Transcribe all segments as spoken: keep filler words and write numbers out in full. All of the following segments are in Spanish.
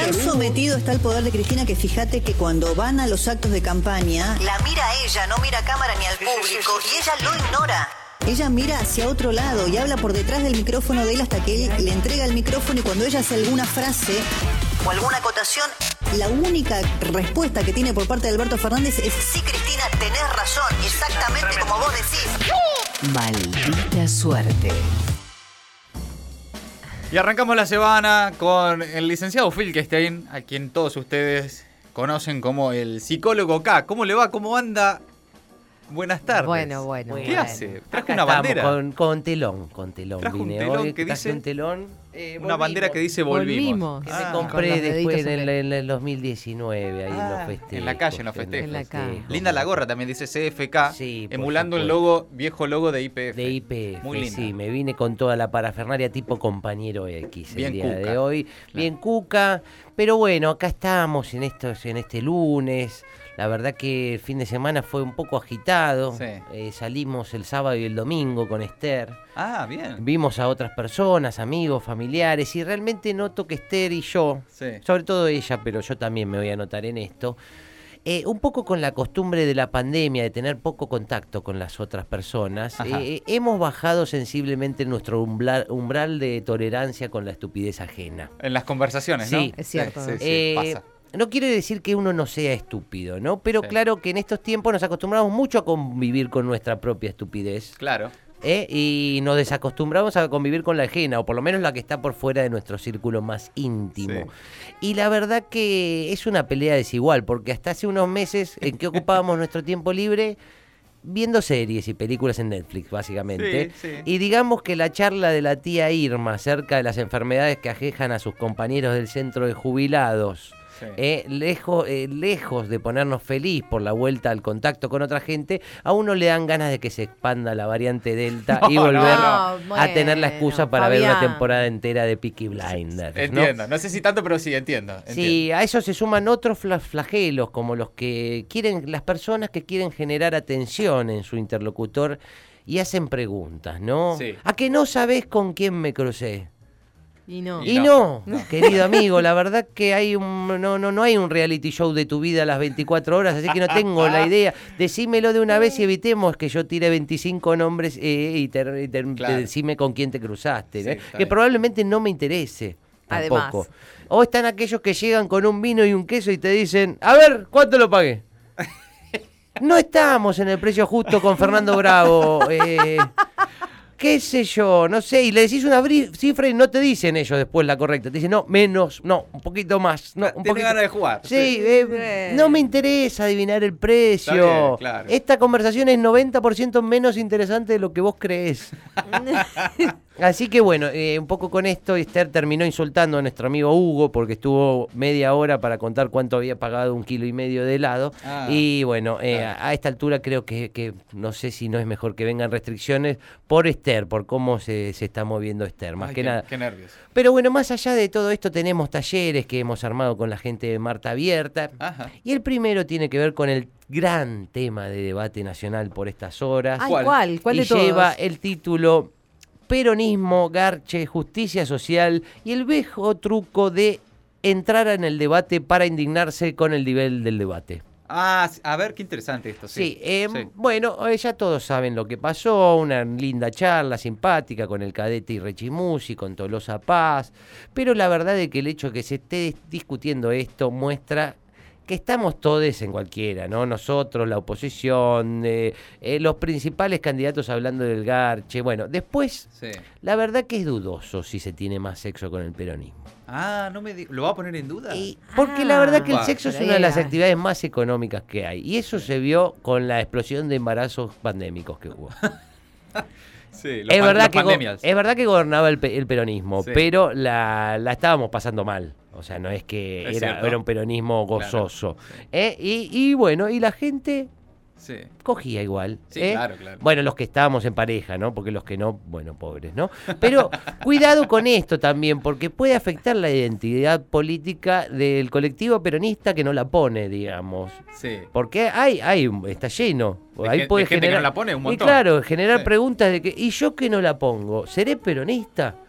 Tan sometido está el poder de Cristina que fíjate que cuando van a los actos de campaña, la mira a ella, no mira a cámara ni al público, y ella lo ignora. Ella mira hacia otro lado y habla por detrás del micrófono de él hasta que él le entrega el micrófono, y cuando ella hace alguna frase o alguna acotación, la única respuesta que tiene por parte de Alberto Fernández es: sí, Cristina, tenés razón, exactamente como vos decís. Maldita suerte. Y arrancamos la semana con el licenciado Filkestein, a quien todos ustedes conocen como el psicólogo K. ¿Cómo le va? ¿Cómo anda? Buenas tardes. Bueno, bueno. ¿Qué bueno. hace? Trajo Acá una bandera. Con, con telón, con telón. Trajo un vine telón hoy, que traje dice- un telón. eh, Una bandera que dice volvimos. Volvimos. Que Ah, me con compré los después deditos en el, en en el dos mil diecinueve, ahí Ah, en los festejos. en la calle, en los los festejos. En la calle. festejos. Linda la gorra, también dice C F K, Sí, por emulando el supuesto. logo, viejo logo de I P F. De I P F, Muy linda. sí, me vine con toda la parafernalia tipo compañero X Bien el día cuca. de hoy. Bien cuca, pero bueno, acá estamos en, estos, en este lunes. La verdad que el fin de semana fue un poco agitado. Sí. Eh, salimos el sábado y el domingo con Esther. Ah, bien. Vimos a otras personas, amigos, familiares, y realmente noto que Esther y yo, Sí. sobre todo ella, pero yo también me voy a anotar en esto, eh, un poco con la costumbre de la pandemia, de tener poco contacto con las otras personas, Ajá. eh, hemos bajado sensiblemente nuestro umbral, umbral de tolerancia con la estupidez ajena. En las conversaciones, ¿no? Sí. Es cierto. Sí, sí, sí, Eh, pasa. No quiere decir que uno no sea estúpido, ¿no? Pero Sí. claro que en estos tiempos nos acostumbramos mucho a convivir con nuestra propia estupidez. Claro. ¿Eh? Y nos desacostumbramos a convivir con la ajena, o por lo menos la que está por fuera de nuestro círculo más íntimo. Sí. Y la verdad que es una pelea desigual, porque hasta hace unos meses, ¿en qué ocupábamos nuestro tiempo libre? Viendo series y películas en Netflix, básicamente. Sí, sí. Y digamos que la charla de la tía Irma acerca de las enfermedades que aquejan a sus compañeros del centro de jubilados, Sí. Eh, lejos, eh, lejos de ponernos feliz por la vuelta al contacto con otra gente, a uno le dan ganas de que se expanda la variante Delta No, y volver no, a tener la excusa bueno, para ver una Fabián. temporada entera de Peaky Blinders. ¿no? Entiendo. ¿no? sé si tanto, pero sí, entiendo. entiendo. Sí, a eso se suman otros fla- flagelos, como los que quieren, las personas que quieren generar atención en su interlocutor y hacen preguntas, ¿no? Sí. ¿A que no sabés con quién me crucé? Y no. Y Y no, no, querido amigo, la verdad que hay un no, no, no hay un reality show de tu vida a las veinticuatro horas, así que no tengo la idea. Decímelo de una vez y evitemos que yo tire veinticinco nombres eh, y, te, y te- Claro. te decime con quién te cruzaste, Sí, ¿no? está que bien. probablemente no me interese tampoco. Además. O están aquellos que llegan con un vino y un queso y te dicen, a ver, ¿cuánto lo pagué? No estamos en el precio justo con Fernando Bravo. Eh, qué sé yo, no sé, y le decís una bri- cifra y no te dicen ellos después la correcta. Te dicen, no, menos, no, un poquito más. No, un Tiene poquito. ganas de jugar. Sí, eh, no me interesa adivinar el precio. Está bien, claro. Esta conversación es noventa por ciento menos interesante de lo que vos creés. Así que bueno, eh, un poco con esto, Esther terminó insultando a nuestro amigo Hugo porque estuvo media hora para contar cuánto había pagado un kilo y medio de helado. Ah, y bueno, eh, claro. a, a esta altura creo que, que no sé si no es mejor que vengan restricciones por Esther, por cómo se, se está moviendo Esther, más Ay, que qué, nada. Qué nervios. Pero bueno, más allá de todo esto tenemos talleres que hemos armado con la gente de Marta Abierta. Ajá. Y el primero tiene que ver con el gran tema de debate nacional por estas horas. Ay, ¿Cuál? ¿cuál? ¿Cuál y de todos? lleva el título Peronismo, Garche, Justicia Social y el viejo truco de entrar en el debate para indignarse con el nivel del debate. Ah, a ver, qué interesante esto. Sí, Sí, eh, sí. bueno, eh, ya todos saben lo que pasó, una linda charla simpática con el cadete y Rechimusi, con Tolosa Paz, pero la verdad es que el hecho de que se esté discutiendo esto muestra que estamos todos en cualquiera, ¿no? Nosotros, la oposición, eh, eh, los principales candidatos hablando del garche. Bueno, después, Sí. la verdad que es dudoso si se tiene más sexo con el peronismo. Ah, no me di- ¿lo va a poner en duda? Y- porque la verdad que el Ah, sexo es pero una de las era. actividades más económicas que hay. Y eso se vio con la explosión de embarazos pandémicos que hubo. Sí, los Es pan- verdad, los que go- pandemias. es verdad que gobernaba el, pe- el peronismo, Sí. pero la, la estábamos pasando mal. O sea, no es que Es era, cierto. era un peronismo Claro, gozoso. sí. ¿Eh? Y, y bueno, y la gente Sí. cogía igual. Sí, ¿eh? claro, claro. Bueno, los que estábamos en pareja, ¿no? Porque los que no, bueno, pobres, ¿no? Pero cuidado con esto también, porque puede afectar la identidad política del colectivo peronista que no la pone, digamos. Sí. Porque hay, hay, está lleno. De Ahí gen- puede de gente que generar, no la pone, un montón. Y claro, generar Sí. preguntas de que, ¿y yo que no la pongo? ¿Seré peronista?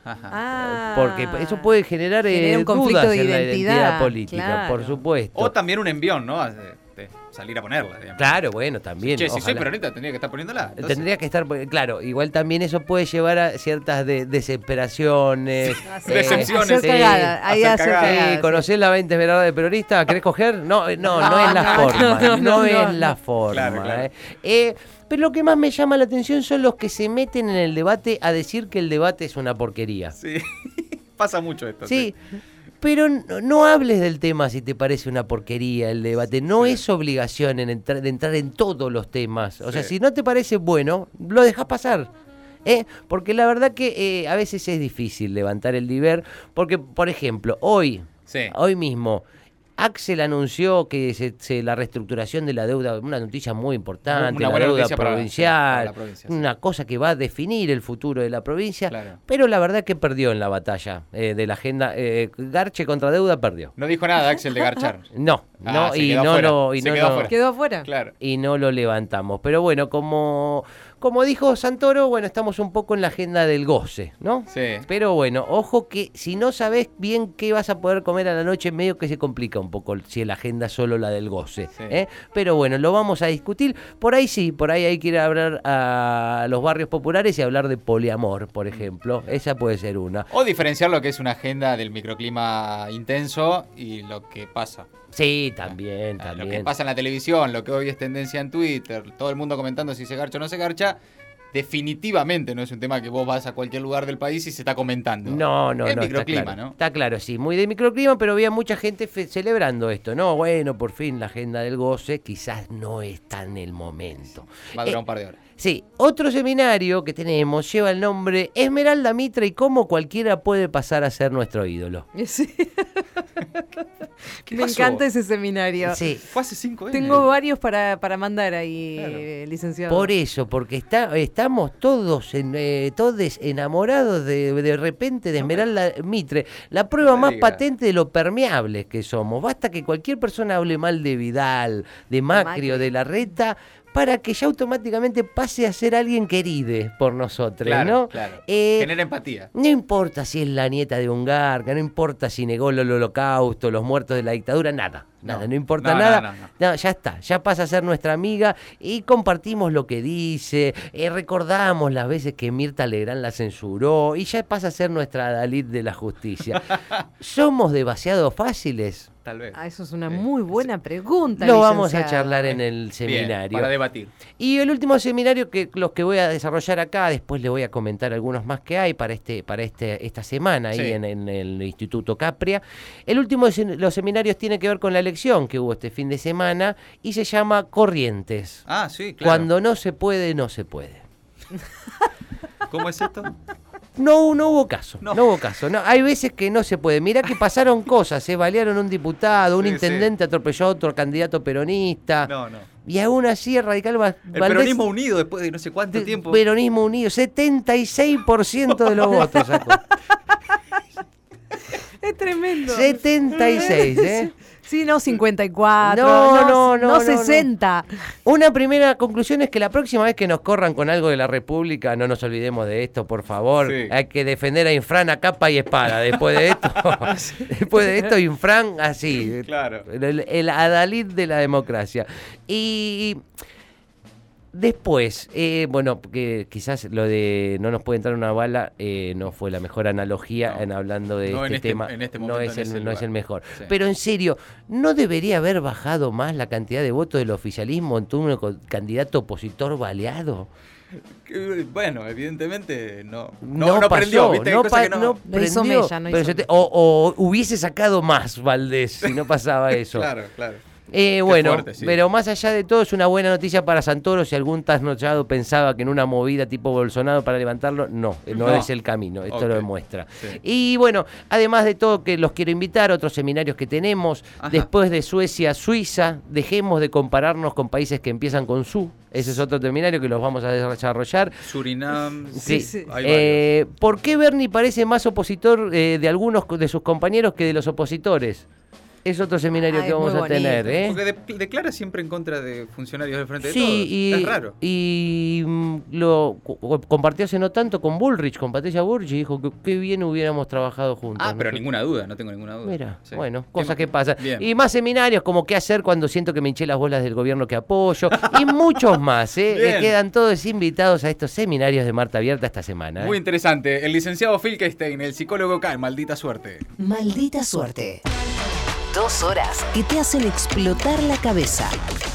Ah, Porque eso puede generar eh, Genera un conflicto dudas de en la identidad, identidad política, claro. por supuesto. O también un envión, ¿no? De, de salir a ponerla, digamos. Claro, bueno, también. Che, si soy ojalá. peronista tendría que estar poniéndola. Entonces, Tendría que estar, claro, igual también eso puede llevar a ciertas de, desesperaciones. Ah, sí. Decepciones. Hacer Sí. cagada, ahí Hacer hacer cagada. cagada, Sí, sí. ¿conocés la veinte esmeralda de peronista? ¿Querés coger? No, eh, no, no, No, es la no, forma. no, No, no, no, es no, la no. forma. Claro, claro. eh. Eh, pero lo que más me llama la atención son los que se meten en el debate a decir que el debate es una porquería. Sí. Pasa mucho esto. Sí, pero no, no hables del tema si te parece una porquería el debate. No Sí. es obligación en entrar, de entrar en todos los temas. O sea, Sí. si no te parece bueno, lo dejas pasar. ¿eh? Porque la verdad que eh, a veces es difícil levantar el diver. Porque, por ejemplo, hoy, Sí. hoy mismo, Axel anunció que se, se- la reestructuración de la deuda, una noticia muy importante, Una la buena deuda noticia para- provincial, para la provincia, sí. una cosa que va a definir el futuro de la provincia, Claro. pero la verdad que perdió en la batalla eh, de la agenda. eh, Garche contra deuda perdió. No dijo nada Axel de Garchar. No, Ah, no, se y quedó no afuera, lo, y se no quedó lo- afuera. ¿Quedó afuera? Claro. y no lo levantamos. Pero bueno, como, como dijo Santoro, bueno, estamos un poco en la agenda del goce, ¿no? Sí. Pero bueno, ojo que si no sabes bien qué vas a poder comer a la noche, medio que se complica un poco si la agenda es solo la del goce. Sí. ¿eh? Pero bueno, lo vamos a discutir. Por ahí sí, por ahí hay que ir a hablar a los barrios populares y hablar de poliamor, por ejemplo. Esa puede ser una. O diferenciar lo que es una agenda del microclima intenso y lo que pasa. Sí, también, Ah, Lo que también. pasa en la televisión, lo que hoy es tendencia en Twitter, todo el mundo comentando si se garcha o no se garcha, definitivamente no es un tema que vos vas a cualquier lugar del país y se está comentando. No, no, el no. microclima, está claro. ¿no? Está claro, sí, muy de microclima, pero había mucha gente fe- celebrando esto, ¿no? Bueno, por fin la agenda del goce quizás no está en el momento. Va a durar Eh, un par de horas. Sí, otro seminario que tenemos lleva el nombre Esmeralda Mitre y cómo cualquiera puede pasar a ser nuestro ídolo. Sí. ¿Qué Me pasó? encanta ese seminario. Sí, Fue hace cinco años. Tengo varios para, para mandar ahí, Claro. eh, licenciado. por eso, porque está, estamos todos, en, eh, todos enamorados de, de repente de Esmeralda Mitre. La prueba No me más digas. patente de lo permeables que somos. Basta que cualquier persona hable mal de Vidal, de Macri, Macri. o de Larreta para que ya automáticamente pase a ser alguien querido por nosotros, Claro, ¿no? claro. Eh, Genera empatía. No importa si es la nieta de un garca, no importa si negó el holocausto, los muertos de la dictadura, nada. Nada, no, No. importa No, nada. no, no, no. No, ya está, ya pasa a ser nuestra amiga y compartimos lo que dice, eh, recordamos las veces que Mirta Legrand la censuró y ya pasa a ser nuestra Dalit de la justicia. ¿Somos demasiado fáciles? Tal vez. Ah, eso es una Sí. muy buena pregunta. Lo vamos a licenciado. charlar en el Bien, seminario. para debatir. Y el último seminario que los que voy a desarrollar acá, después le voy a comentar algunos más que hay para este para este esta semana ahí Sí. en, en el Instituto Capria. El último de se- los seminarios tiene que ver con la elección que hubo este fin de semana y se llama Corrientes. Ah, sí, claro. Cuando no se puede, no se puede. ¿Cómo es esto? No, no hubo caso, no, No. hubo caso. No, hay veces que no se puede. Mirá que pasaron cosas, se balearon un diputado, un Sí, intendente atropelló a otro candidato peronista. No, no. Y aún así Radical Va- El Valdés- peronismo unido después de no sé cuánto de- tiempo. Peronismo unido, setenta y seis por ciento de los votos sacó. Es tremendo. setenta y seis, ¿eh? Sí, no cincuenta y cuatro. No, no, no, no, no, sesenta. Una primera conclusión es que la próxima vez que nos corran con algo de la República, no nos olvidemos de esto, por favor. Sí. Hay que defender a Infran a capa y espada. Después de esto, después de esto, Infran así. Claro. El, el adalid de la democracia. Y después, eh, bueno, que quizás lo de no nos puede entrar una bala eh, no fue la mejor analogía No. en hablando de No este, en este- tema. en este no momento, es en el, ese no es lugar. el mejor. Sí. Pero en serio, ¿no debería haber bajado más la cantidad de votos del oficialismo en turno con candidato opositor baleado? Que, Bueno, evidentemente no. No, No, no, pasó, prendió, ¿viste? Hay no, cosas pa- que no. no No hizo prendió, mella, no pero hizo se te- mella. o, o hubiese sacado más Valdés si no pasaba eso. Claro, claro. Eh, bueno, fuerte, sí. pero más allá de todo es una buena noticia para Santoro. Si algún trasnochado pensaba que en una movida tipo Bolsonaro para levantarlo, no, no, No. es el camino, esto Ok. lo demuestra. Sí. Y bueno, además de todo que los quiero invitar a otros seminarios que tenemos, Ajá. después de Suecia, Suiza, dejemos de compararnos con países que empiezan con su, ese es otro seminario que los vamos a desarrollar. Surinam. Sí, sí. Hay Eh, ¿Por qué Bernie parece más opositor eh, de algunos de sus compañeros que de los opositores? es otro seminario Ah, que es vamos muy a tener, bonito. ¿eh? Porque de- declara siempre en contra de funcionarios del Frente de Sí, Todos. y, Es raro. y mm, lo co- compartió hace no tanto con Bullrich, con Patricia Bullrich, y dijo que qué bien hubiéramos trabajado juntos. Ah, pero Nosotros- ninguna duda, no tengo ninguna duda. Mira, Sí. bueno, ¿Qué cosas más? que pasan. Bien. Y más seminarios como qué hacer cuando siento que me hinché las bolas del gobierno que apoyo. Y muchos más, ¿eh? Bien. Eh, Quedan todos invitados a estos seminarios de Marta Abierta esta semana. ¿eh? Muy interesante. El licenciado Filkestein, el psicólogo K, maldita suerte. Maldita suerte. Dos horas que te hacen explotar la cabeza.